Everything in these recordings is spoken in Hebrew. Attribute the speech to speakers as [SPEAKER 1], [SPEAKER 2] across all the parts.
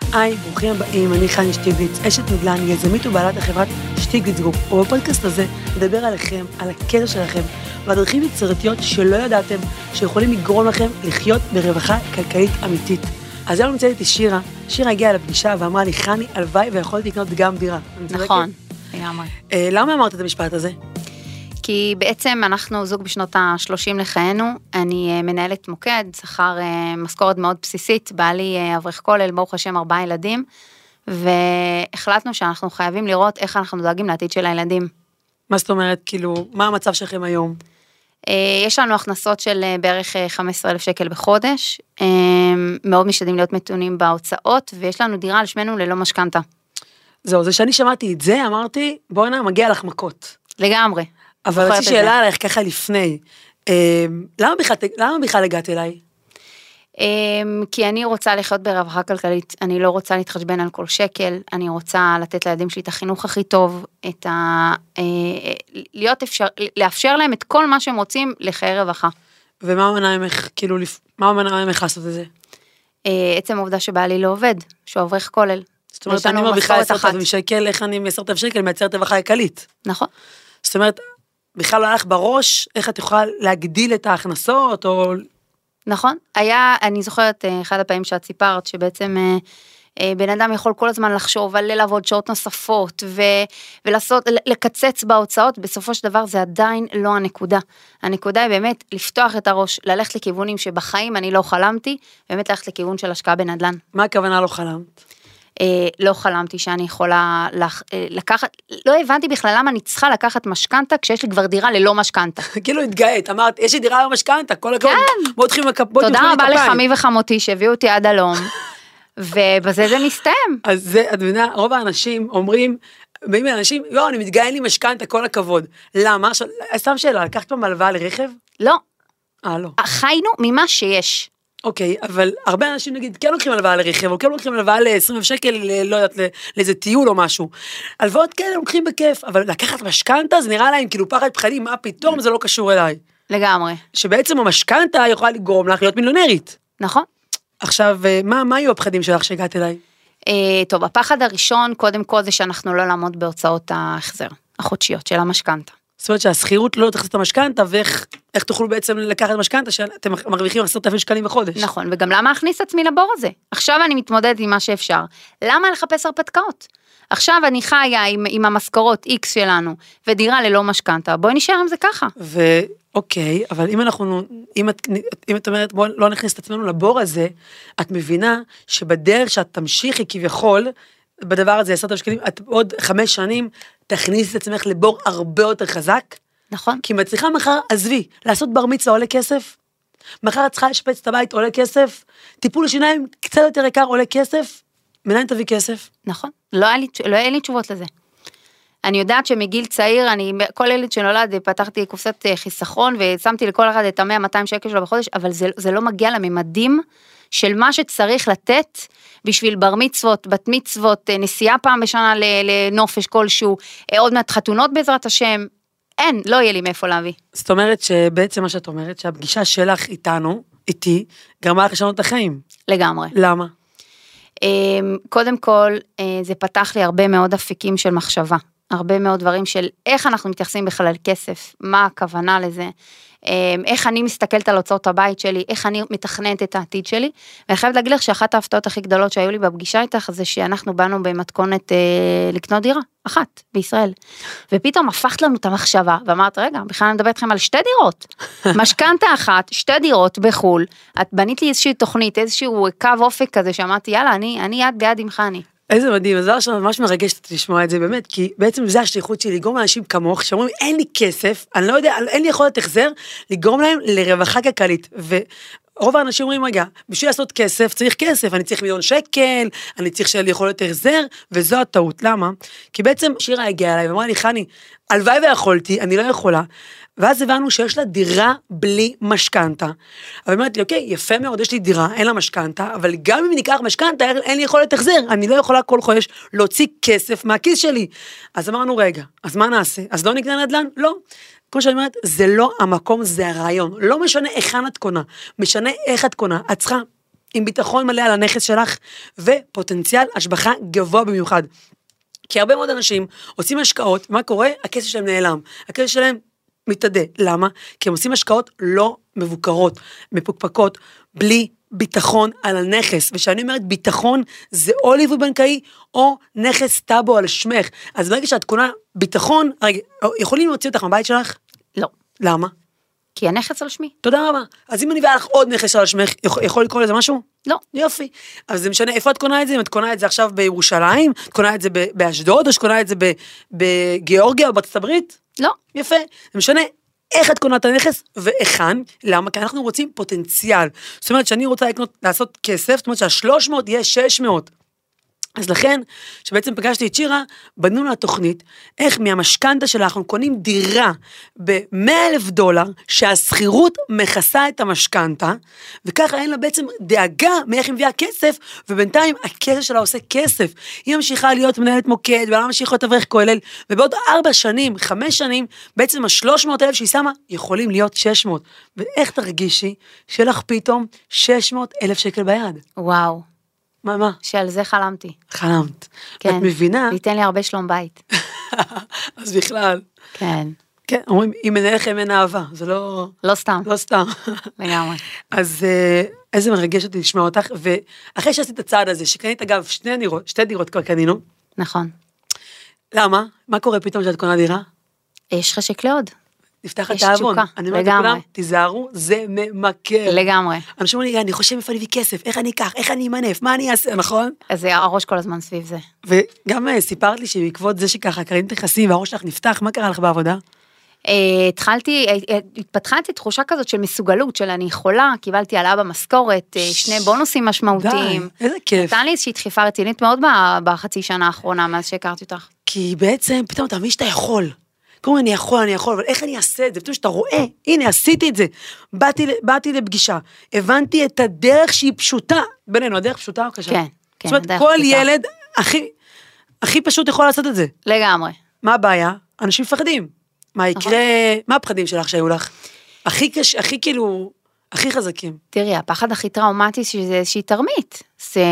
[SPEAKER 1] היי, ברוכים הבאים, אני חני שטיגליץ, אשת נדל"ן, יזמית ובעלת החברת שטיגליץ גרופ, ובפודקאסט הזה נדבר עליכם, על הקטע שלכם, והדרכים יצירתיות שלא ידעתם, שיכולים לגרום לכם לחיות ברווחה כלכלית אמיתית. אז היום נמצאת איתי שירה, שירה הגיעה לפגישה ואמרה לי, חני, הלוואי ויכולתי לקנות גם דירה.
[SPEAKER 2] נכון, לגמרי.
[SPEAKER 1] למה אמרת את המשפט הזה?
[SPEAKER 2] כי בעצם אנחנו זוג בשנות ה-30 לחיינו, אני מנהלת מוקד, שכר משכורת מאוד בסיסית, בעלי אברך כולל, ברוך השם 4 ילדים, והחלטנו שאנחנו חייבים לראות איך אנחנו דואגים לעתיד של הילדים.
[SPEAKER 1] מה זאת אומרת, כאילו, מה המצב שלכם היום?
[SPEAKER 2] יש לנו הכנסות של בערך 15,000 שקל בחודש, מאוד משתדלים להיות מתונים בהוצאות, ויש לנו דירה על שמנו ללא משכנתה.
[SPEAKER 1] זהו, זה שאני שמעתי את זה, אמרתי, בוא'נה, מגיע לך מכות.
[SPEAKER 2] לגמרי.
[SPEAKER 1] אבל רציתי שאלה עליך ככה לפני, למה בכלל הגעת אליי?
[SPEAKER 2] כי אני רוצה לחיות ברווחה כלכלית, אני לא רוצה להתחשבן על כל שקל, אני רוצה לתת לילדים שלי את החינוך הכי טוב, לאפשר להם את כל מה שהם רוצים לחיי רווחה.
[SPEAKER 1] ומה מנע ממך, כאילו, מה מנע ממך לעשות את זה?
[SPEAKER 2] עצם העובדה שבעלי לא עובד, שהוא אברך כולל.
[SPEAKER 1] זאת אומרת, אני אומר בכלל 10,000 שקל, איך אני מ10,000 שקל מייצרת רווחה כלכלית?
[SPEAKER 2] נכון.
[SPEAKER 1] זאת אומרת, בכלל לא הלך בראש, איך את יכולה להגדיל את ההכנסות, או...
[SPEAKER 2] נכון, אני זוכרת אחד הפעמים שאת סיפרת, שבעצם בן אדם יכול כל הזמן לחשוב על לעבוד שעות נוספות, לקצץ בהוצאות, בסופו של דבר זה עדיין לא הנקודה. הנקודה היא באמת לפתוח את הראש, ללכת לכיוונים שבחיים אני לא חלמתי, באמת ללכת לכיוון של השקעה בנדל"ן.
[SPEAKER 1] מה הכוונה לא חלמת?
[SPEAKER 2] לא חלמתי שאני יכולה לקחת, לא הבנתי בכלל למה אני צריכה לקחת משכנתה, כשיש לי כבר דירה ללא משכנתה.
[SPEAKER 1] כאילו התגאית, אמרת, יש לי דירה ללא משכנתה, כל הכבוד, בואו תחים לכפיים.
[SPEAKER 2] תודה רבה לחמי וחמותי שהביאו אותי עד הלום, ובזה זה מסתיים.
[SPEAKER 1] אז זה, את מבינה, רוב האנשים אומרים, באים לאנשים, לא, אני מתגאה, אין לי משכנתה, כל הכבוד. למה? סתם שאלה, לקחת פעם הלוואה לרכב?
[SPEAKER 2] לא.
[SPEAKER 1] לא.
[SPEAKER 2] חיינו ממה שיש.
[SPEAKER 1] אוקיי, אבל הרבה אנשים נגיד, כן לוקחים הלוואה לרכב, או כן לוקחים הלוואה ל-20 שקל, לא יודעת, לאיזה טיול או משהו. הלוואות כן, לוקחים בכיף, אבל לקחת משכנתה, זה נראה להם כאילו פחד פחדים, מה פתאום, זה לא קשור אליי.
[SPEAKER 2] לגמרי.
[SPEAKER 1] שבעצם המשכנתה יכולה לגרום לך להיות מיליונרית.
[SPEAKER 2] נכון.
[SPEAKER 1] עכשיו, מה היו הפחדים שלך שהגעת אליי?
[SPEAKER 2] טוב, הפחד הראשון, קודם כל, זה שאנחנו לא לעמוד בהוצאות ההחזר, החודשיות של המשכנתה.
[SPEAKER 1] זאת אומרת שהסחירות לא תחזיר את המשכנתה, ואיך תוכלו בעצם לקחת משכנתה, שאתם מרוויחים 10,000 שקלים בחודש.
[SPEAKER 2] נכון, וגם למה להכניס עצמי לבור הזה? עכשיו אני מתמודדת עם מה שאפשר. למה לחפש הרפתקאות? עכשיו אני חיה עם המשכורות X שלנו, ודירה ללא משכנתה, בואי נשאר עם זה ככה.
[SPEAKER 1] אוקיי, אבל אם את אומרת, בואו לא נכניס את עצמנו לבור הזה, את מבינה שבדרך שאת תמשיכי כביכול, בדבר הזה 10,000 שקלים, את עוד 5 שנים תכניס את עצמך לבור הרבה יותר חזק.
[SPEAKER 2] נכון.
[SPEAKER 1] כי מצליחה מחר, עזבי, לעשות בר מצווה עולה כסף, מחר את צריכה לשפץ את הבית עולה כסף, טיפול לשיניים קצת יותר יקר עולה כסף, מנין תביא כסף?
[SPEAKER 2] נכון, לא היה לי תשובות לזה. אני יודעת שמגיל צעיר, כל ילד שנולד, פתחתי קופסת חיסכון, ושמתי לכל אחד את 100-200 שקל שלו בחודש, אבל זה לא מגיע לממדים של מה שצריך לתת, בשביל בר מצוות, בת מצוות, נסיעה פעם בשנה לנופש כלשהו, עוד מעט חתונות בעזרת השם, אין, לא יהיה לי מאיפה להביא.
[SPEAKER 1] זאת אומרת שבעצם מה שאת אומרת, שהפגישה שלך איתי, גרמה לך לשנות את החיים.
[SPEAKER 2] לגמרי.
[SPEAKER 1] למה?
[SPEAKER 2] קודם כל, זה פתח לי הרבה מאוד אפיקים של מחשבה, הרבה מאוד דברים של איך אנחנו מתייחסים בכלל כסף, מה הכוונה לזה, איך אני מסתכלת על הוצאות הבית שלי, איך אני מתכננת את העתיד שלי, ואני חייבת להגיד לך שאחת ההפתעות הכי גדולות שהיו לי בפגישה איתך, זה שאנחנו באנו במתכונת לקנות דירה, אחת, בישראל, ופתאום הפכת לנו את המחשבה, ואמרת, רגע, בכלל אני מדברת לכם על 2 דירות, משכנתה אחת, 2 דירות בחול, את בנית לי איזושהי תוכנית, איזשהו קו אופק כזה, שאמרתי, יאללה, אני יד ביד עם חני.
[SPEAKER 1] איזה מדהים, אז עכשיו ממש מרגשת לשמוע את זה באמת, כי בעצם זה השליחות שלי, לגרום לאנשים כמוך, שאומרים, אין לי כסף, אני לא יודע, אין לי יכולת החזר, לגרום להם לרווחה כלכלית, ורוב האנשים אומרים, רגע, בשביל לעשות כסף, צריך כסף, אני צריך 1,000,000 שקל, אני צריך שיהיה לי יכולת החזר, וזו הטעות, למה? כי בעצם שירה הגיעה אליי, ואמרה לי, חני, הלוואי ויכולתי, אני לא יכולה, ואז הבנו שיש לה דירה בלי משכנתה. אבל אמרתי לי, אוקיי, יפה מאוד, יש לי דירה, אין לה משכנתה, אבל גם אם ניקח משכנתה, אין לי יכולת החזר, אני לא יכולה כל חודש להוציא כסף מהכיס שלי. אז אמרנו, רגע, אז מה נעשה? אז לא נקנה נדל"ן? לא. כמו שאני אומרת, זה לא המקום, זה הרעיון. לא משנה איך את קונה, משנה איך את קונה. את צריכה עם ביטחון מלא על הנכס שלך, ופוטנציאל השבחה גבוה במיוחד. כי הרבה מאוד אנשים עושים השקעות, מה קורה? הכסף שלהם נעלם. הכסף שלהם מתאדה. למה? כי הם עושים השקעות לא מבוקרות, מפוקפקות, בלי ביטחון על הנכס. ושאני אומרת ביטחון, זה או ליווי בנקאי, או נכס טאבו על שמך. אז ברגע שאת קונה ביטחון, רגע, יכולים להוציא אותך מהבית שלך?
[SPEAKER 2] לא.
[SPEAKER 1] למה?
[SPEAKER 2] כי הנכס על שמי.
[SPEAKER 1] תודה רבה. אז אם אני אביא לך עוד נכס על שמך, יכול לקרוא לזה משהו?
[SPEAKER 2] לא.
[SPEAKER 1] יופי. אז זה משנה, איפה את קונה את זה? אם את קונה את זה עכשיו בירושלים, את קונה את זה באשדוד, או שקונה את זה בגיאורגיה או בארצות הברית?
[SPEAKER 2] לא.
[SPEAKER 1] יפה. זה משנה איך את קונה את הנכס והיכן. למה? כי אנחנו רוצים פוטנציאל. זאת אומרת, שאני רוצה לעשות כסף, זאת אומרת שה-300 יהיה 600. אז לכן, שבעצם פגשתי את שירה, בנו לה תוכנית, איך מהמשכנתה שלה אנחנו קונים דירה ב$100,000, שהסחירות מכסה את המשכנתה, וככה אין לה בעצם דאגה מאיך היא מביאה כסף, ובינתיים הכסף שלה עושה כסף. היא ממשיכה להיות מנהלת מוקד, ולא ממשיכה להיות אברך כולל, ובעוד 4 שנים, 5 שנים, בעצם ה-300,000 שהיא שמה, יכולים להיות 600. ואיך תרגישי שלך פתאום 600,000 שקל ביד?
[SPEAKER 2] וואו.
[SPEAKER 1] מה?
[SPEAKER 2] שעל זה חלמתי.
[SPEAKER 1] חלמת.
[SPEAKER 2] כן.
[SPEAKER 1] את מבינה?
[SPEAKER 2] ייתן לי הרבה שלום בית.
[SPEAKER 1] אז בכלל.
[SPEAKER 2] כן.
[SPEAKER 1] כן, אומרים, אם אין לכם אין אהבה, זה לא...
[SPEAKER 2] לא סתם.
[SPEAKER 1] לא סתם.
[SPEAKER 2] לגמרי.
[SPEAKER 1] אז איזה מרגש אותי לשמוע אותך, ואחרי שעשית את הצעד הזה, שקנית אגב 2 דירות כבר קנינו.
[SPEAKER 2] נכון.
[SPEAKER 1] למה? מה קורה פתאום שאת קונה דירה?
[SPEAKER 2] יש חשק לעוד.
[SPEAKER 1] נפתח את
[SPEAKER 2] יש
[SPEAKER 1] האבון.
[SPEAKER 2] תשוקה,
[SPEAKER 1] אני אומרת
[SPEAKER 2] לגמרי.
[SPEAKER 1] לכולם, תיזהרו, זה ממכר.
[SPEAKER 2] לגמרי.
[SPEAKER 1] אנשים אומרים לי, אני חושב איפה אני אביא כסף, איך אני אקח, איך אני אמנף, מה אני אעשה, נכון?
[SPEAKER 2] אז הראש כל הזמן סביב זה.
[SPEAKER 1] וגם סיפרת לי שבעקבות זה שככה, קראת נכסים והראש שלך נפתח, מה קרה לך בעבודה?
[SPEAKER 2] התפתחתי תחושה כזאת של מסוגלות, של אני יכולה, קיבלתי עליו במשכורת, 2 בונוסים משמעותיים.
[SPEAKER 1] די, איזה כיף.
[SPEAKER 2] נתן לי איזושהי דחיפה רצינית מאוד בחצי שנה האחרונה, מאז שהכרתי אותך.
[SPEAKER 1] כי בעצם פתאום אתה מבין שאתה יכול. כלומר, אני יכול, אבל איך אני אעשה את זה? פתאום שאתה רואה, הנה, עשיתי את זה. באתי לפגישה, הבנתי את הדרך שהיא פשוטה. בינינו, הדרך פשוטה או קשה?
[SPEAKER 2] כן, כן.
[SPEAKER 1] זאת אומרת, כל ילד הכי פשוט יכול לעשות את זה.
[SPEAKER 2] לגמרי.
[SPEAKER 1] מה הבעיה? אנשים מפחדים. מה יקרה, מה הפחדים שלך שהיו לך? הכי חזקים.
[SPEAKER 2] תראי, הפחד הכי טראומטי שזה איזושהי תרמית.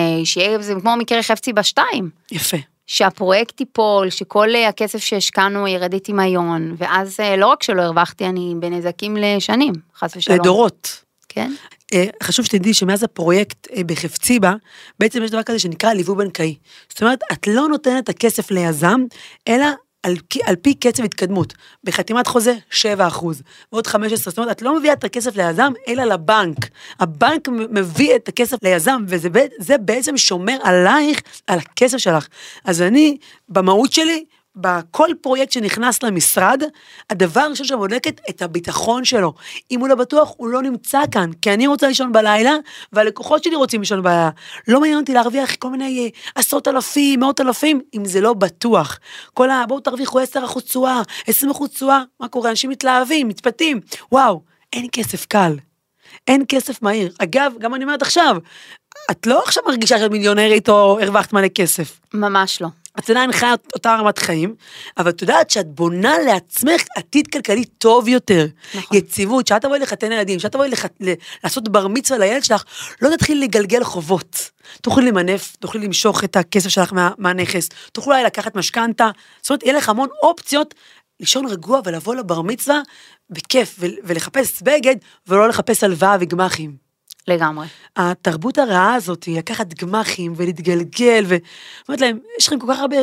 [SPEAKER 2] זה כמו מקרה חפצי ב2.
[SPEAKER 1] יפה.
[SPEAKER 2] שהפרויקט ייפול, שכל הכסף שהשקענו ירד איתי מיון, ואז לא רק שלא הרווחתי, אני בנזקים לשנים, חס ושלום.
[SPEAKER 1] לדורות.
[SPEAKER 2] כן.
[SPEAKER 1] חשוב שתדעי שמאז הפרויקט בחפצי בה, בעצם יש דבר כזה שנקרא ליווי בנקאי. זאת אומרת, את לא נותנת את הכסף ליזם, אלא על פי קצב התקדמות. בחתימת חוזה, 7%, ועוד 15%. זאת אומרת, את לא מביאה את הכסף ליזם, אלא לבנק. הבנק מביא את הכסף ליזם, וזה בעצם שומר עלייך, על הכסף שלך. אז אני, במהות שלי, בכל פרויקט שנכנס למשרד, הדבר הראשון שבודקת את הביטחון שלו. אם הוא לא בטוח, הוא לא נמצא כאן, כי אני רוצה לישון בלילה, והלקוחות שלי רוצים לישון בלילה. לא מעניין אותי להרוויח כל מיני 10,000, 100,000, אם זה לא בטוח. בואו תרוויחו 10% תשואה, 20% תשואה, מה קורה? אנשים מתלהבים, מתפתים. וואו, אין כסף קל. אין כסף מהיר. אגב, גם אני אומרת עכשיו, את לא עכשיו מרגישה שאת מיליונרית או הרווחת מלא כסף.
[SPEAKER 2] ממש לא.
[SPEAKER 1] את עדיין חיה אותה רמת חיים, אבל את יודעת שאת בונה לעצמך עתיד כלכלי טוב יותר. נכון. יציבות, שאת תבואי לחתן ילדים, שאת תבואי לעשות בר מצווה לילד שלך, לא תתחיל לגלגל חובות. תוכלי למנף, תוכלי למשוך את הכסף שלך מהנכס, תוכלי לקחת משכנתה, זאת אומרת, יהיה לך המון אופציות לישון רגוע ולבוא לבר מצווה בכיף, ולחפש בגד, ולא לחפש הלוואה וגמחים.
[SPEAKER 2] לגמרי.
[SPEAKER 1] התרבות הרעה הזאת היא לקחת גמחים ולהתגלגל, ואומרת להם, יש לכם כל כך הרבה,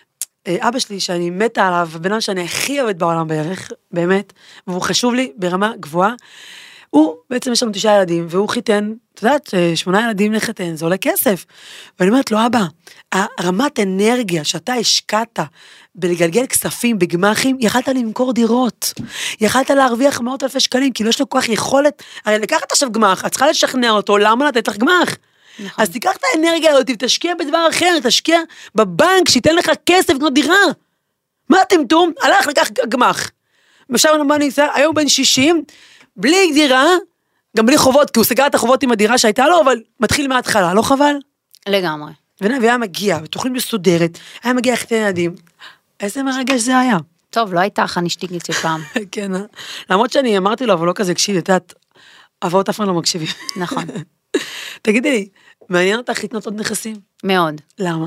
[SPEAKER 1] אבא שלי שאני מתה עליו, בנם שאני הכי אוהבת בעולם בערך, באמת, והוא חשוב לי ברמה גבוהה, הוא בעצם יש לנו 9 ילדים, והוא חיתן, את יודעת, 8 ילדים לחתן, זה עולה כסף. ואני אומרת לו, אבא, הרמת אנרגיה שאתה השקעת בלגלגל כספים בגמחים, יכלת למכור דירות, יכלת להרוויח 100,000 שקלים, כי לא יש לו כל כך יכולת, הרי לקחת עכשיו גמח, את צריכה לשכנע אותו, למה לתת לך גמח? נכון. אז תיקח את האנרגיה הזאת, ותשקיע בדבר אחר, תשקיע בבנק, שייתן לך כסף לקנות דירה. מה הטמטום? הלך לקח גמח. עכשיו מה נמצא? היום בן 60, בלי דירה, גם בלי חובות, כי הוא סגר את החובות עם הדירה שהייתה לו, אבל מתחיל מההתחלה, לא חבל?
[SPEAKER 2] לגמרי.
[SPEAKER 1] והיה מגיע, ותוכלים מסודרת, היה מגיע חתן ילדים. איזה מרגש זה היה.
[SPEAKER 2] טוב, לא הייתה חני שטיגניץ של פעם.
[SPEAKER 1] כן, למרות שאני אמרתי לו, אבל לא כזה הקשיב, את יודעת, אבות אף פעם לא מקשיבים.
[SPEAKER 2] נכון.
[SPEAKER 1] תגידי לי, מעניין אותך לקנות עוד נכסים?
[SPEAKER 2] מאוד.
[SPEAKER 1] למה?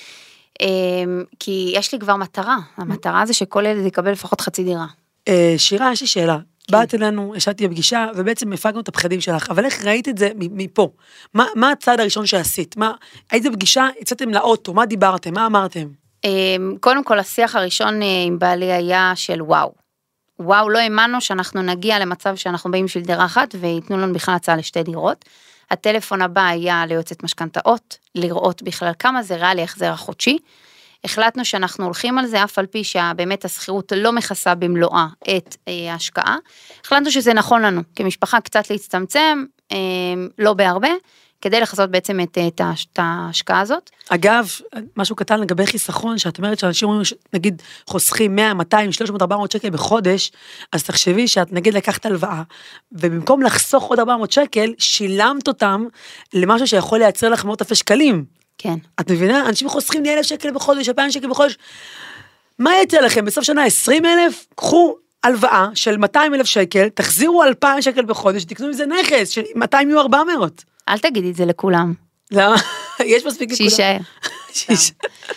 [SPEAKER 2] כי יש לי כבר מטרה, המטרה זה שכל ילד יקבל לפחות חצי דירה.
[SPEAKER 1] שירה, יש לי שאלה. באת אלינו, ישבתי בפגישה, ובעצם הפגנו את הפחדים שלך, אבל איך ראית את זה מפה? מה הצעד הראשון שעשית? היית בפגישה, יצאתם לאוטו, מה דיברתם, מה אמרתם?
[SPEAKER 2] קודם כל, השיח הראשון עם בעלי היה של וואו. וואו, לא האמנו שאנחנו נגיע למצב שאנחנו באים בשביל דירה אחת, ויתנו לנו בכלל הצעה לשתי דירות. הטלפון הבא היה ליועצת משכנתאות, לראות בכלל כמה זה ריאלי החזר החודשי. החלטנו שאנחנו הולכים על זה, אף על פי שבאמת השכירות לא מכסה במלואה את ההשקעה. החלטנו שזה נכון לנו, כמשפחה קצת להצטמצם, לא בהרבה, כדי לחזות בעצם את ההשקעה הזאת.
[SPEAKER 1] אגב, משהו קטן לגבי חיסכון, שאת אומרת שאנשים אומרים, נגיד, חוסכים 100, 200, 300, 400 שקל בחודש, אז תחשבי שאת נגיד לקחת הלוואה, ובמקום לחסוך עוד 400 שקל, שילמת אותם למשהו שיכול לייצר לך מאות אלפי שקלים.
[SPEAKER 2] כן.
[SPEAKER 1] את מבינה? אנשים חוסכים לי 1,000 שקל בחודש, 2,000 שקל בחודש. מה יצא לכם? בסוף שנה 20,000, קחו הלוואה של 200,000 שקל, תחזירו 2,000 שקל בחודש, תקנו מזה נכס, של 200 יהיו 400.
[SPEAKER 2] אל תגידי את זה לכולם.
[SPEAKER 1] למה? יש מספיק לכולם.
[SPEAKER 2] שישאר.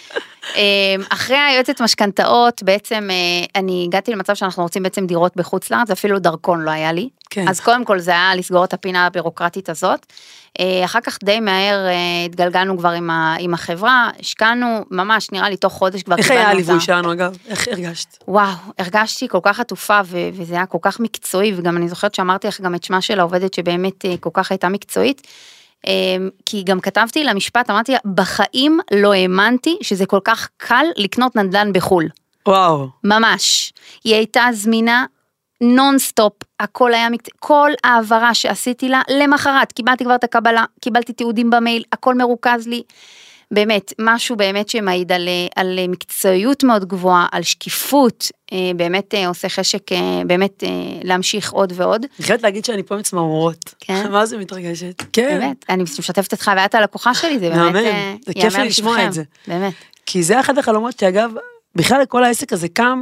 [SPEAKER 2] אחרי היועצת משכנתאות, בעצם אני הגעתי למצב שאנחנו רוצים בעצם דירות בחוץ לארץ, אפילו דרכון לא היה לי.
[SPEAKER 1] כן.
[SPEAKER 2] אז קודם כל זה היה לסגור את הפינה הבירוקרטית הזאת. אחר כך די מהר התגלגלנו כבר עם החברה, השקענו ממש, נראה לי תוך חודש כבר
[SPEAKER 1] איך היה הליווי שלנו אגב? איך הרגשת?
[SPEAKER 2] וואו, הרגשתי כל כך עטופה, וזה היה כל כך מקצועי, וגם אני זוכרת שאמרתי לך גם את שמה של העובדת שבאמת כל כך הייתה מקצועית, כי גם כתבתי למשפט, אמרתי, בחיים לא האמנתי שזה כל כך קל לקנות נדל"ן בחול.
[SPEAKER 1] וואו.
[SPEAKER 2] ממש. היא הייתה זמינה נונסטופ, הכל היה כל העברה שעשיתי לה, למחרת, קיבלתי כבר את הקבלה, קיבלתי תיעודים במייל, הכל מרוכז לי, באמת, משהו באמת שמעיד על מקצועיות מאוד גבוהה, על שקיפות, באמת עושה חשק, באמת להמשיך עוד ועוד.
[SPEAKER 1] אני חייבת להגיד שאני פה מצמרמורות.
[SPEAKER 2] כן.
[SPEAKER 1] מה זה מתרגשת? כן.
[SPEAKER 2] באמת, אני משתפת את חוויית הלקוחה שלי, זה באמת,
[SPEAKER 1] זה כיף לי לשמוע את זה.
[SPEAKER 2] באמת.
[SPEAKER 1] כי זה אחד החלומות שאגב, בכלל כל העסק הזה קם,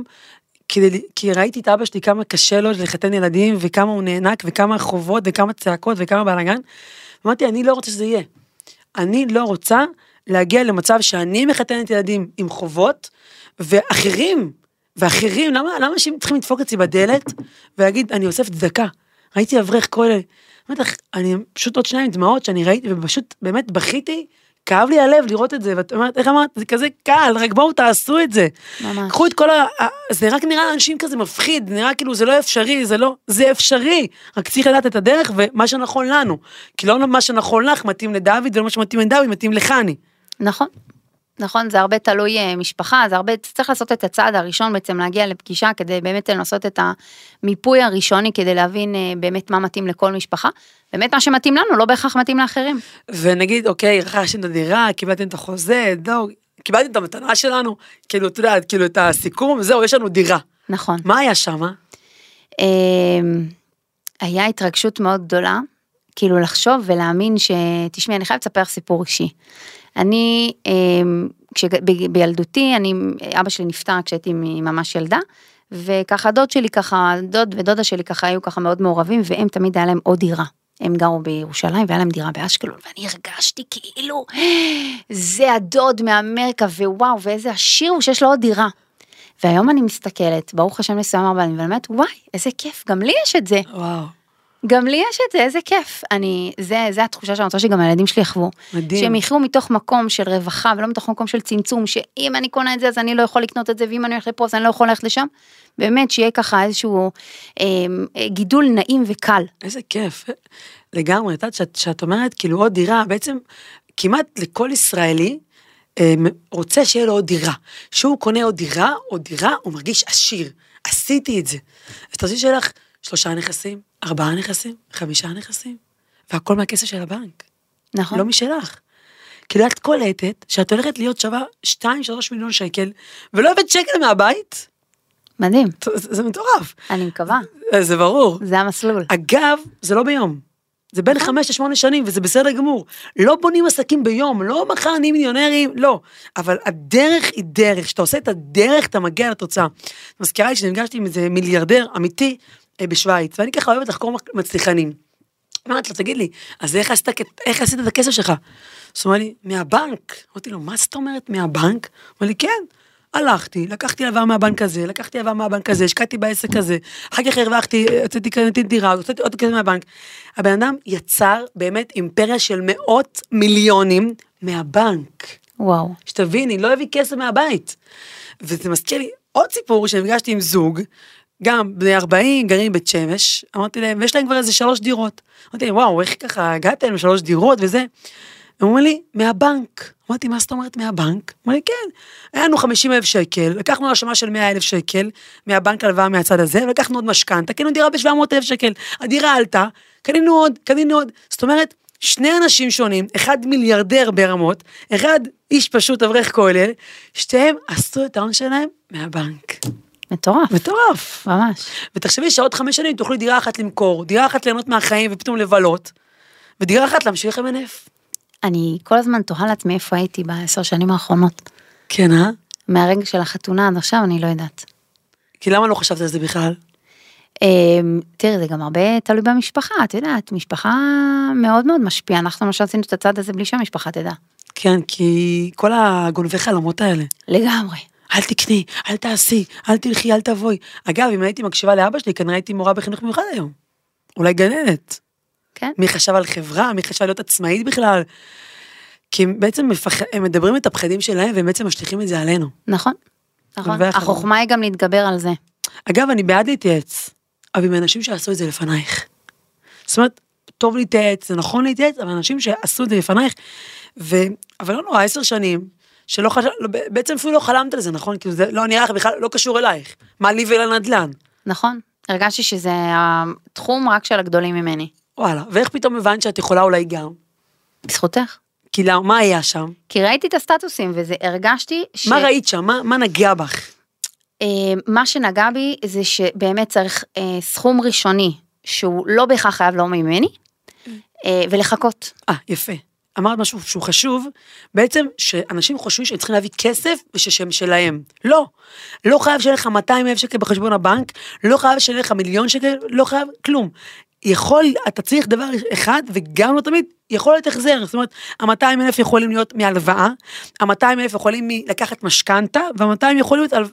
[SPEAKER 1] כי ראיתי את אבא שלי כמה קשה לו לחתן ילדים, וכמה הוא נאנק, וכמה חובות, וכמה צעקות, וכמה בלגן. אמרתי, אני לא רוצה שזה יהיה. אני לא רוצה להגיע למצב שאני מחתנת ילדים עם חובות, ואחרים, למה אנשים צריכים לדפוק אצלי בדלת, ולהגיד, אני אוסף צדקה. ראיתי אברך כל אלה. אמרתי לך, אני פשוט עוד שניים דמעות שאני ראיתי, ופשוט באמת בכיתי, כאב לי הלב לראות את זה, ואת אומרת, איך אמרת, זה כזה קל, רק בואו תעשו את זה.
[SPEAKER 2] ממש.
[SPEAKER 1] קחו את כל זה רק נראה לאנשים כזה מפחיד, נראה כאילו זה לא אפשרי, זה אפשרי, רק צריך לדעת את הדרך ומה שנכון לנו, כי לא מה שנכון לך מתאים לדוד, ולא מה שמתאים לדוד, מתאים לחני.
[SPEAKER 2] נכון. נכון, זה הרבה תלוי משפחה, זה הרבה, צריך לעשות את הצעד הראשון בעצם להגיע לפגישה, כדי באמת לנסות את המיפוי הראשוני, כדי להבין באמת מה מתאים לכל משפחה, באמת מה שמתאים לנו, לא בהכרח מתאים לאחרים.
[SPEAKER 1] ונגיד, אוקיי, רכשתם את הדירה, קיבלתם את החוזה, קיבלתם את המתנה שלנו, כאילו, אתה יודע, כאילו את הסיכום, זהו, יש לנו דירה.
[SPEAKER 2] נכון.
[SPEAKER 1] מה היה שם?
[SPEAKER 2] היה התרגשות מאוד גדולה, כאילו לחשוב ולהאמין תשמעי, אני חייבת לספר סיפור אישי. אני, בילדותי, אבא שלי נפטר כשהייתי ממש ילדה, וככה דוד ודודה שלי ככה היו ככה מאוד מעורבים, והם תמיד היה להם עוד דירה. הם גרו בירושלים, והיה להם דירה באשקלון, ואני הרגשתי כאילו, זה הדוד מאמריקה, ווואו, ואיזה עשיר הוא שיש לו עוד דירה. והיום אני מסתכלת, ברוך השם לסיים הרבה, ואני אומרת, וואי, איזה כיף, גם לי יש את זה.
[SPEAKER 1] וואו.
[SPEAKER 2] גם לי יש את זה, איזה כיף. זה התחושה שאני רוצה שגם הילדים שלי יחוו.
[SPEAKER 1] מדהים.
[SPEAKER 2] שהם יחיו מתוך מקום של רווחה, ולא מתוך מקום של צמצום, שאם אני קונה את זה, אז אני לא יכול לקנות את זה, ואם אני הולך לפה, אז אני לא יכול ללכת לשם. באמת, שיהיה ככה איזשהו גידול נעים וקל.
[SPEAKER 1] איזה כיף. לגמרי, שאת אומרת, כאילו עוד דירה, בעצם כמעט לכל ישראלי, רוצה שיהיה לו עוד דירה. שהוא קונה עוד דירה, הוא מרגיש עשיר. עשיתי את זה. אז תעשי שלך 3 נכסים, 4 נכסים, 5 נכסים, והכל מהכסף של הבנק.
[SPEAKER 2] נכון.
[SPEAKER 1] לא משלך. כאילו את קולטת שאת הולכת להיות שווה 2-3 מיליון שקל, ולא הבאת שקל מהבית.
[SPEAKER 2] מדהים.
[SPEAKER 1] זה מטורף.
[SPEAKER 2] אני מקווה.
[SPEAKER 1] זה ברור.
[SPEAKER 2] זה המסלול.
[SPEAKER 1] אגב, זה לא ביום. זה בין 5 ל8 שנים, וזה בסדר גמור. לא בונים עסקים ביום, לא מחר נהיים מיליונרים, לא. אבל הדרך היא דרך, שאתה עושה את הדרך, אתה מגיע לתוצאה. מזכירה לי שנפגשתי עם איזה מיליארדר אמיתי בשוויץ, ואני ככה אוהבת לחקור מצליחנים. אמרתי לו, תגיד לי, אז איך עשית את הכסף שלך? אז הוא אומר לי, מהבנק. אמרתי לו, מה זאת אומרת מהבנק? הוא אומר לי, כן. הלכתי, לקחתי הלוואה מהבנק הזה, לקחתי הלוואה מהבנק הזה, השקעתי בעסק הזה, אחר כך הרווחתי, קניתי דירה, הוצאתי עוד כסף מהבנק. הבן אדם יצר באמת אימפריה של מאות מיליונים מהבנק.
[SPEAKER 2] וואו.
[SPEAKER 1] שתביני, לא הביא כסף מהבית. וזה מזכיר לי עוד סיפור שנפגשתי עם זוג, גם בני 40, גרים בית שמש, אמרתי להם, ויש להם כבר איזה 3 דירות. אמרתי להם, וואו, איך ככה הגעתם עם 3 דירות וזה? הם אומרים לי, מהבנק. אמרתי, מה זאת אומרת מהבנק? אמרו לי, כן. היה לנו 50,000 שקל, לקחנו הרשמה של 100,000 שקל, מהבנק הלוואה מהצד הזה, ולקחנו עוד משכנתא, קנינו דירה ב-700,000 שקל. הדירה עלתה, קנינו עוד. זאת אומרת, 2 אנשים שונים, אחד מיליארדר ברמות, אחד איש פשוט אברך כולל, שתיהם עשו את ההון שלהם מהבנק.
[SPEAKER 2] מטורף. ממש.
[SPEAKER 1] ותחשבי שעוד 5 שנים תוכלו דירה אחת למכור, דירה אחת ליהנות מהחיים ופתאום לבלות, ודירה אחת להמשיך למנף.
[SPEAKER 2] אני כל הזמן תוהה לעצמי איפה הייתי ב10 שנים האחרונות.
[SPEAKER 1] כן,
[SPEAKER 2] מהרגע של החתונה עד עכשיו אני לא יודעת.
[SPEAKER 1] כי למה לא חשבת על זה בכלל?
[SPEAKER 2] תראי, זה גם הרבה תלוי במשפחה, את יודעת, משפחה מאוד מאוד משפיעה, אנחנו למשל עשינו את הצד הזה בלי שהמשפחה תדע.
[SPEAKER 1] כן, כי כל הגונבי חלומות האלה.
[SPEAKER 2] לגמרי.
[SPEAKER 1] אל תקני, אל תעשי, אל תלכי, אל תבואי. אגב, אם הייתי מקשיבה לאבא שלי, כנראה הייתי מורה בחינוך מיוחד היום. אולי גננת.
[SPEAKER 2] כן.
[SPEAKER 1] מי חשב על חברה, מי חשב להיות עצמאית בכלל. כי הם בעצם הם מדברים את הפחדים שלהם, והם בעצם משליכים את זה עלינו.
[SPEAKER 2] נכון. החוכמה היא גם להתגבר על זה.
[SPEAKER 1] אגב, אני בעד להתייעץ, אבל עם אנשים שעשו את זה לפנייך. זאת אומרת, טוב להתייעץ, זה נכון להתייעץ, אבל אנשים שעשו את זה לפנייך, אבל לא נורא, 10 שנים, שלא חשב, בעצם אפילו לא חלמת על זה, נכון? כי זה לא נראה לך בכלל, לא קשור אלייך. מה לי ולנדל"ן?
[SPEAKER 2] נכון. הרגשתי שזה התחום רק של הגדולים ממני.
[SPEAKER 1] וואלה, ואיך פתאום הבנת שאת יכולה אולי גם?
[SPEAKER 2] בזכותך.
[SPEAKER 1] כי לא, מה היה שם?
[SPEAKER 2] כי ראיתי את הסטטוסים, וזה הרגשתי
[SPEAKER 1] מה ראית שם? מה נגע בך?
[SPEAKER 2] מה שנגע בי זה שבאמת צריך סכום ראשוני, שהוא לא בהכרח חייב לא ממני, ולחכות.
[SPEAKER 1] יפה. אמרת משהו שהוא חשוב, בעצם שאנשים חושבים שהם צריכים להביא כסף וששם שלהם. לא. לא חייב שיהיה לך 200,000 שקל בחשבון הבנק, לא חייב שיהיה לך 1,000,000 שקל, לא חייב כלום. אתה צריך דבר אחד, וגם לא תמיד, יכול להיות החזר. זאת אומרת, 200,000 יכולים להיות מהלוואה, 200,000 יכולים לקחת משכנתא, וה200 יכולים להיות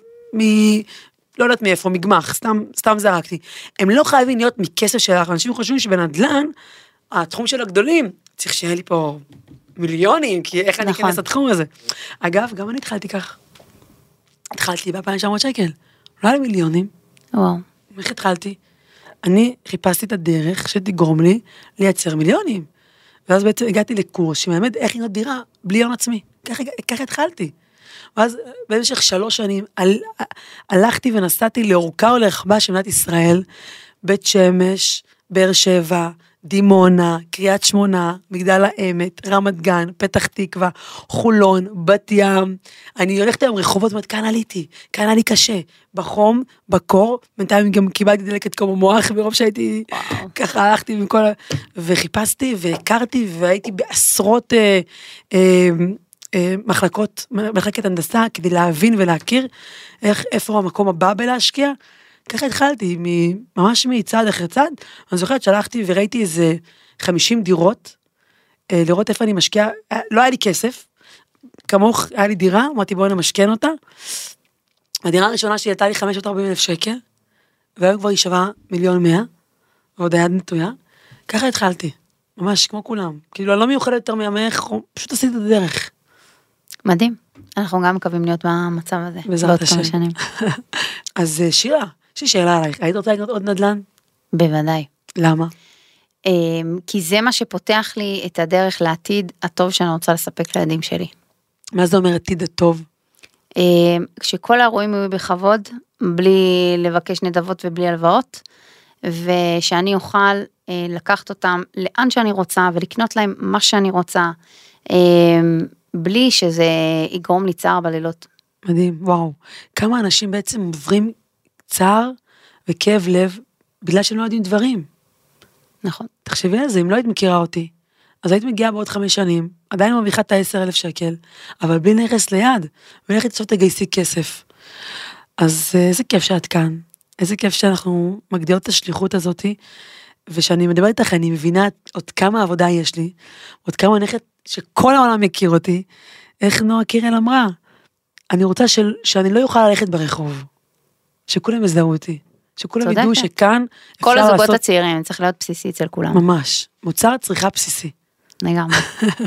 [SPEAKER 1] לא יודעת מאיפה, מגמח, סתם זרקתי. הם לא חייבים להיות מכסף שלך, אנשים חושבים שבנדל"ן, התחום של הגדולים, צריך שיהיה לי פה מיליונים, כי איך אני אכנס לתחום הזה. אגב, גם אני התחלתי כך. התחלתי ב-2,900 שקל, לא היה לי מיליונים.
[SPEAKER 2] וואו.
[SPEAKER 1] איך התחלתי? אני חיפשתי את הדרך שתגרום לי לייצר מיליונים. ואז בעצם הגעתי לקורס שמלמד איך לקנות דירה בלי הון עצמי. ככה התחלתי. ואז במשך 3 שנים הלכתי ונסעתי לאורכה ולרחבה של מדינת ישראל, בית שמש, באר שבע, דימונה, קריית שמונה, מגדל העמק, רמת גן, פתח תקווה, חולון, בת ים. אני הולכת היום רחובות, אומרת, כאן עליתי, כאן היה לי קשה, בחום, בקור, בינתיים גם קיבלתי דלקת כמו מוח, ברוב שהייתי, ככה הלכתי מכל, וחיפשתי והכרתי, והייתי בעשרות מחלקת הנדסה, כדי להבין ולהכיר איפה המקום הבא בלהשקיע. ככה התחלתי, ממש מצעד אחרי צעד, אני זוכרת שהלכתי וראיתי איזה 50 דירות, לראות איפה אני משקיע, לא היה לי כסף, כמוך היה לי דירה, אמרתי בואו נמשכן אותה, הדירה הראשונה שהיא הייתה לי 540,000 שקל, והיום כבר היא שווה 1,100,000, ועוד היד נטויה, ככה התחלתי, ממש כמו כולם, כאילו אני לא מיוחדת יותר מימך, פשוט עשיתי את הדרך.
[SPEAKER 2] מדהים, אנחנו גם מקווים להיות במצב הזה,
[SPEAKER 1] בעזרת השם. אז שירה, יש לי שאלה עלייך, היית רוצה לקנות עוד נדל"ן?
[SPEAKER 2] בוודאי.
[SPEAKER 1] למה?
[SPEAKER 2] כי זה מה שפותח לי את הדרך לעתיד הטוב שאני רוצה לספק לילדים שלי.
[SPEAKER 1] מה זה אומר עתיד הטוב?
[SPEAKER 2] כשכל האירועים יהיו בכבוד, בלי לבקש נדבות ובלי הלוואות, ושאני אוכל לקחת אותם לאן שאני רוצה, ולקנות להם מה שאני רוצה, בלי שזה יגרום לי צער בלילות.
[SPEAKER 1] מדהים, וואו. כמה אנשים בעצם עוברים צער וכאב לב, בגלל שהם לא יודעים דברים.
[SPEAKER 2] נכון.
[SPEAKER 1] תחשבי על זה, אם לא היית מכירה אותי, אז היית מגיעה בעוד 5 שנים, עדיין מרוויחה את 10,000 שקל, אבל בלי נכס ליד, ולכת עכשיו תגייסי כסף. אז איזה כיף שאת כאן, איזה כיף שאנחנו מגדירות את השליחות הזאת, ושאני מדברת איתך, אני מבינה עוד כמה עבודה יש לי, עוד כמה נכת שכל העולם מכיר אותי, איך נועה קירל אמרה, אני רוצה שאני לא יוכל ללכת ברחוב, שכולם יזדהו אותי, שכולם ידעו שכאן
[SPEAKER 2] כל הזוגות הצעירים, צריך להיות בסיסי אצל כולם.
[SPEAKER 1] ממש, מוצר צריכה בסיסי.
[SPEAKER 2] לגמרי.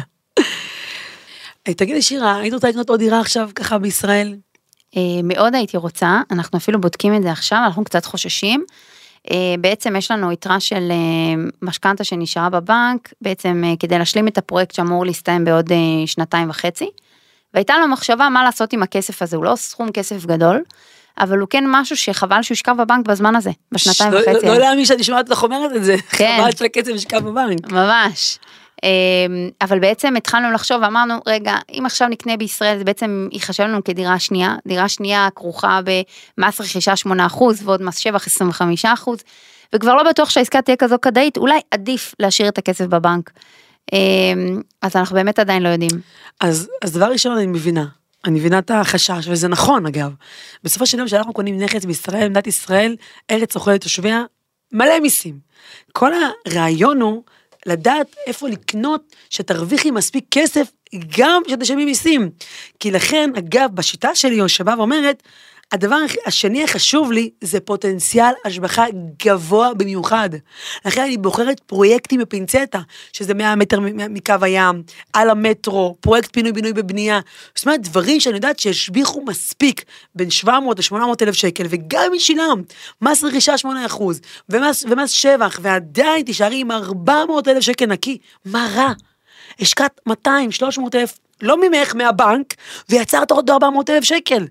[SPEAKER 1] תגידי שירה, היית רוצה לקנות עוד דירה עכשיו ככה בישראל?
[SPEAKER 2] מאוד הייתי רוצה, אנחנו אפילו בודקים את זה עכשיו, אנחנו קצת חוששים. בעצם יש לנו יתרה של משכנתה שנשארה בבנק, בעצם כדי להשלים את הפרויקט שאמור להסתיים בעוד 2.5, והייתה לנו מחשבה מה לעשות עם הכסף הזה, הוא לא סכום כסף גדול, אבל הוא כן משהו שחבל שהוא ישכב בבנק בזמן הזה, בשנתיים וחצי.
[SPEAKER 1] לא להאמין שאני שומעת לך אומרת את זה, חבל שהכסף ישכב בבנק.
[SPEAKER 2] ממש. אבל בעצם התחלנו לחשוב ואמרנו, רגע, אם עכשיו נקנה בישראל, זה בעצם ייחשב לנו כדירה שנייה, דירה שנייה כרוכה במס רכישה 8% ועוד מס שבח 25%, וכבר לא בטוח שהעסקה תהיה כזו כדאית, אולי עדיף להשאיר את הכסף בבנק. אז אנחנו באמת עדיין לא יודעים.
[SPEAKER 1] אז דבר ראשון אני מבינה את החשש, וזה נכון אגב. בסופו של דבר שאנחנו קונים נכס בישראל, מדינת ישראל, ארץ אוכלת תושביה, מלא מיסים. כל הרעיון הוא לדעת איפה לקנות, שתרוויחי מספיק כסף, גם שתשלמי מיסים. כי לכן, אגב, בשיטה שלי, יושבה ואומרת, הדבר השני החשוב לי, זה פוטנציאל השבחה גבוה במיוחד. לכן אני בוחרת פרויקטים בפינצטה, שזה 100 מטר מקו הים, על המטרו, פרויקט פינוי-בינוי בבנייה, זאת אומרת, דברים שאני יודעת שהשביחו מספיק, בין 700 ל-800 אלף שקל, וגם אם שילם, מס רכישה 8%, ומס שבח, ועדיין תישארי עם 400 אלף שקל נקי, מה רע? השקעת 200, 300 אלף, לא ממך, מהבנק, ויצרת עוד 400 אלף שקל.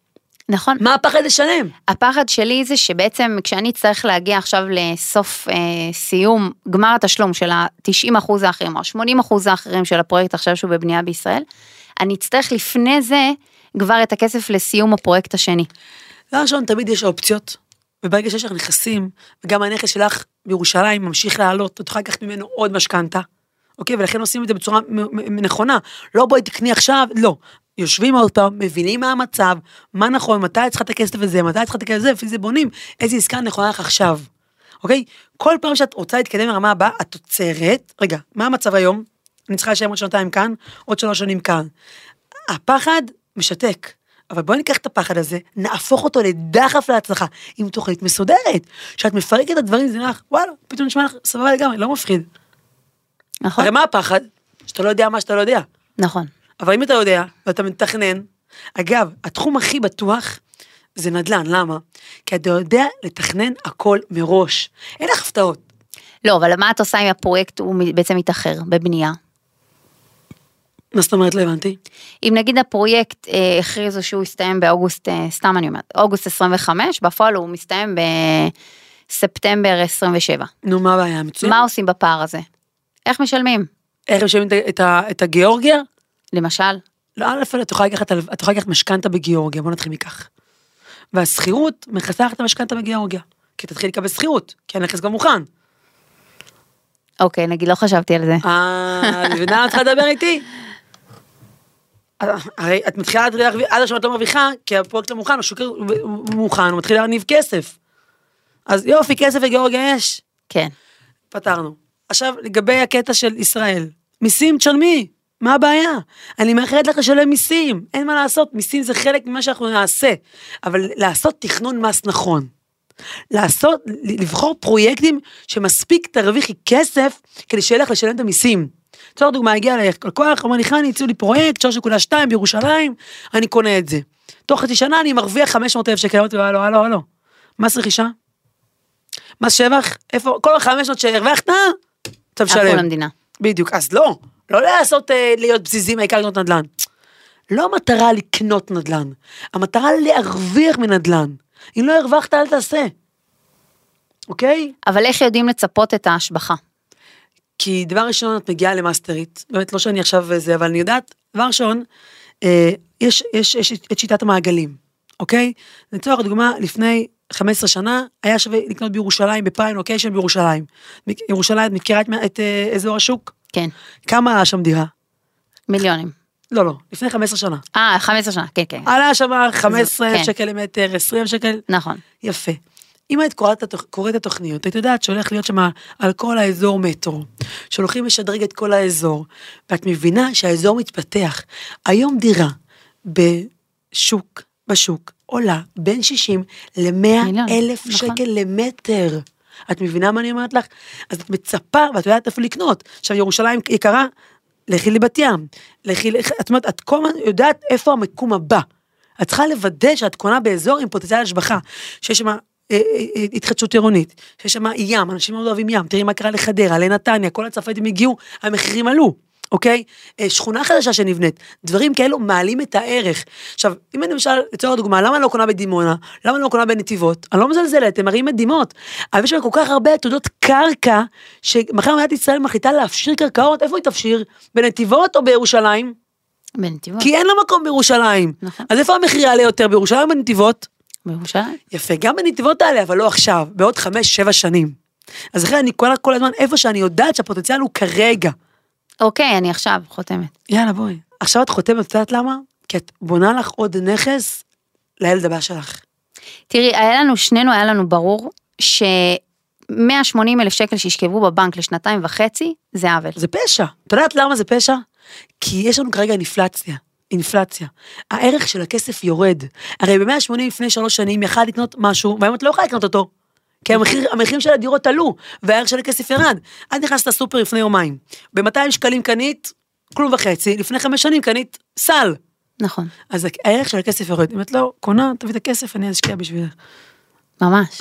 [SPEAKER 2] נכון.
[SPEAKER 1] מה הפחד לשלם?
[SPEAKER 2] הפחד שלי זה שבעצם כשאני צריך להגיע עכשיו לסוף סיום, גמר התשלום של ה-90% האחרים, או 80% האחרים של הפרויקט עכשיו שהוא בבנייה בישראל, אני אצטרך לפני זה כבר את הכסף לסיום הפרויקט השני.
[SPEAKER 1] לא ראשון, תמיד יש אופציות, וברגע שיש לך נכסים, וגם הנכס שלך בירושלים ממשיך לעלות, ותוכל לקחת ממנו עוד משכנתה, אוקיי? ולכן עושים את זה בצורה נכונה. לא בואי תקני עכשיו, לא. יושבים עוד פעם, מבינים מה המצב, מה נכון, מתי צריכה את הכסף הזה, מתי צריכה את הכסף הזה, לפי זה בונים, איזה עסקה נכונה לך עכשיו, אוקיי? כל פעם שאת רוצה להתקדם לרמה הבאה, את עוצרת, רגע, מה המצב היום? אני צריכה לשלם עוד 2 כאן, עוד 3 שנים כאן. הפחד משתק, אבל בואי ניקח את הפחד הזה, נהפוך אותו לדחף להצלחה, עם תוכנית מסודרת, שאת מפרקת את הדברים, זה נראה, וואלה, פתאום נשמע לך סבבה לגמרי, לא מפחיד.
[SPEAKER 2] נכון.
[SPEAKER 1] הרי מה הפחד? שאתה לא יודע מה שאתה לא יודע.
[SPEAKER 2] נכון.
[SPEAKER 1] אבל אם אתה יודע, ואתה מתכנן, אגב, התחום הכי בטוח, זה נדל"ן, למה? כי אתה יודע לתכנן הכל מראש, אין לך הפתעות.
[SPEAKER 2] לא, אבל מה את עושה אם הפרויקט הוא בעצם מתאחר בבנייה?
[SPEAKER 1] מה זאת אומרת, לא הבנתי?
[SPEAKER 2] אם נגיד הפרויקט הכריזו שהוא יסתיים באוגוסט, סתם אני אומרת, אוגוסט 25, בפועל הוא מסתיים בספטמבר 27.
[SPEAKER 1] נו, מה הבעיה? מצוין.
[SPEAKER 2] מה עושים בפער הזה? איך משלמים?
[SPEAKER 1] איך משלמים את הגיאורגיה?
[SPEAKER 2] למשל?
[SPEAKER 1] לא, אתה יכולה לקחת משכנתה בגיאורגיה, בוא נתחיל מכך. והסחירות מכסה לך את המשכנתה בגיאורגיה, כי תתחיל לקבל סחירות, כי הנכס גם מוכן.
[SPEAKER 2] אוקיי, נגיד, לא חשבתי על זה.
[SPEAKER 1] מבינה, את צריכה לדבר איתי? הרי את מתחילה עד עכשיו את לא מרוויחה, כי הפרויקט לא מוכן, השוק מוכן, הוא מתחיל להרניב כסף. אז יופי, כסף וגיאורגיה יש.
[SPEAKER 2] כן.
[SPEAKER 1] פתרנו. עכשיו, לגבי הקטע של ישראל, מיסים תשלמי, מה הבעיה? אני מאחרת לך לשלם מיסים, אין מה לעשות, מיסים זה חלק ממה שאנחנו נעשה, אבל לעשות תכנון מס נכון, לבחור פרויקטים שמספיק תרוויחי כסף, כדי שיהיה לך לשלם את המיסים. צור דוגמה, הגיע לקוח, אומר לי, חני, הציעו לי פרויקט, 3.2 בירושלים, אני קונה את זה. תוך חצי שנה אני מרוויח 500,000 שקל, אמרתי לו, הלו, מס רכישה? מס שבח? איפה? כל 500 שהרווחת, אתה משלם.
[SPEAKER 2] הכל המדינה.
[SPEAKER 1] בדיוק, אז לא לעשות, להיות בזיזים, העיקר לקנות נדל"ן. לא המטרה לקנות נדל"ן, המטרה להרוויח מנדל"ן. אם לא הרווחת, אל תעשה. אוקיי?
[SPEAKER 2] אבל איך יודעים לצפות את ההשבחה?
[SPEAKER 1] כי דבר ראשון, את מגיעה למאסטרית, באמת לא שאני עכשיו זה, אבל אני יודעת, דבר ראשון, יש את שיטת המעגלים, אוקיי? נצטרך דוגמה, לפני 15 שנה, היה שווה לקנות בירושלים, בפריים לוקיישן בירושלים. ירושלים, את מכירה את אזור השוק?
[SPEAKER 2] כן.
[SPEAKER 1] כמה עלה שם דירה?
[SPEAKER 2] מיליונים.
[SPEAKER 1] לא, לפני 15 שנה.
[SPEAKER 2] 15 שנה, כן.
[SPEAKER 1] עלה שם 15 שקל למטר, 20 שקל.
[SPEAKER 2] נכון.
[SPEAKER 1] יפה. אם היית קוראת את התוכניות, היית יודעת שהולך להיות שם על כל האזור מטרו, שהולכים לשדרג את כל האזור, ואת מבינה שהאזור מתפתח. היום דירה בשוק עולה בין 60 ל-100,000 שקל למטר. את מבינה מה אני אומרת לך? אז את מצפה, ואת יודעת איפה לקנות. עכשיו, ירושלים יקרה, לכי לבת ים. את אומרת, את כל הזמן יודעת איפה המקום הבא. את צריכה לוודא שאת קונה באזור עם פוטנציאל השבחה, שיש שם התחדשות עירונית, שיש שם ים, אנשים מאוד אוהבים ים, תראי מה קרה לחדרה, לנתניה, כל הצרפתים הגיעו, המחירים עלו, אוקיי? שכונה חדשה שנבנית, דברים כאלו מעלים את הערך. עכשיו, אם אני למשל, לצורך הדוגמה, למה אני לא קונה בדימונה? למה אני לא קונה בנתיבות? אני לא מזלזלת, הם מראים מדהימות, אבל יש כל כך הרבה עתודות קרקע, שמחר מדינת ישראל מחליטה להפשיר קרקעות, איפה היא תפשיר? בנתיבות או בירושלים?
[SPEAKER 2] בנתיבות.
[SPEAKER 1] כי אין לה מקום בירושלים.
[SPEAKER 2] נכון.
[SPEAKER 1] אז איפה המחיר יעלה יותר, בירושלים או בנתיבות?
[SPEAKER 2] בירושלים.
[SPEAKER 1] יפה, גם בנתיבות האלה, אבל לא עכשיו, בעוד 5-7 שנים. אז אחרי אני קונה כל הזמן איפה שאני יודעת שהפוטנציאל הוא כרגע.
[SPEAKER 2] אוקיי, אני עכשיו חותמת.
[SPEAKER 1] יאללה, בואי. עכשיו את חותמת, את יודעת למה? כי את בונה לך עוד נכס לילד הבא שלך.
[SPEAKER 2] תראי, שנינו היה לנו ברור ש180,000 שקל שישכבו בבנק לשנתיים וחצי, זה עוול.
[SPEAKER 1] זה פשע. את יודעת למה זה פשע? כי יש לנו כרגע אינפלציה. הערך של הכסף יורד. הרי ב-180 לפני 3 שנים יכל לקנות משהו, והיום את לא יכולה לקנות אותו. כי המחירים של הדירות עלו, והערך של הכסף ירד. את נכנסת לסופר לפני יומיים. ב-200 שקלים קנית, כלום וחצי, לפני 5 שנים קנית סל.
[SPEAKER 2] נכון.
[SPEAKER 1] אז הערך של הכסף יורד. אם את לא קונה, תביא את הכסף, אני אשקיע בשבילך.
[SPEAKER 2] ממש.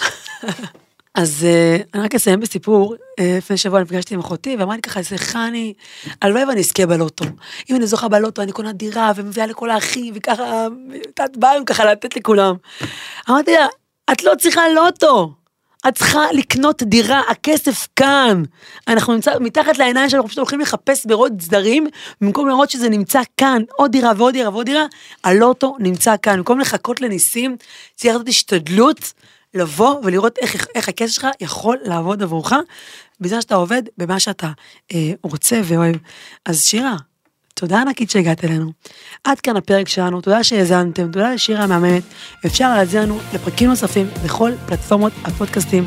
[SPEAKER 1] אז אני רק אסיים בסיפור, לפני שבוע אני פגשתי עם אחותי, ואמרה לי ככה, חני, הלוואי ואני אזכה בלוטו. אם אני זוכה בלוטו, אני קונה דירה, ומביאה לכל האחים, וככה, את באה ככה לתת לכולם. אמרתי לה, את לא צריכה לוטו, את צריכה לקנות דירה, הכסף כאן. אנחנו נמצא, מתחת לעיניים שאנחנו פשוט הולכים לחפש ברוד צדרים, במקום לראות שזה נמצא כאן, עוד דירה ועוד דירה ועוד דירה, הלוטו נמצא כאן. במקום לחכות לניסים, צריך לעשות השתדלות, לבוא ולראות איך הכסף שלך יכול לעבוד עבורך, בזמן שאתה עובד במה שאתה רוצה ואוהב. אז שירה, תודה ענקית שהגעת אלינו. עד כאן הפרק שלנו, תודה שהאזנתם, תודה לשירה המאמנת, אפשר להאזין לנו לפרקים נוספים בכל פלטפורמות הפודקאסטים.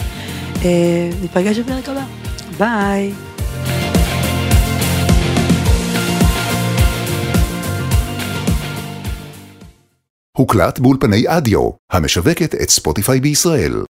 [SPEAKER 1] ניפגש בפרק הבא. ביי.
[SPEAKER 3] הוקלט באולפני אדיו, המשווקת את ספוטיפיי בישראל.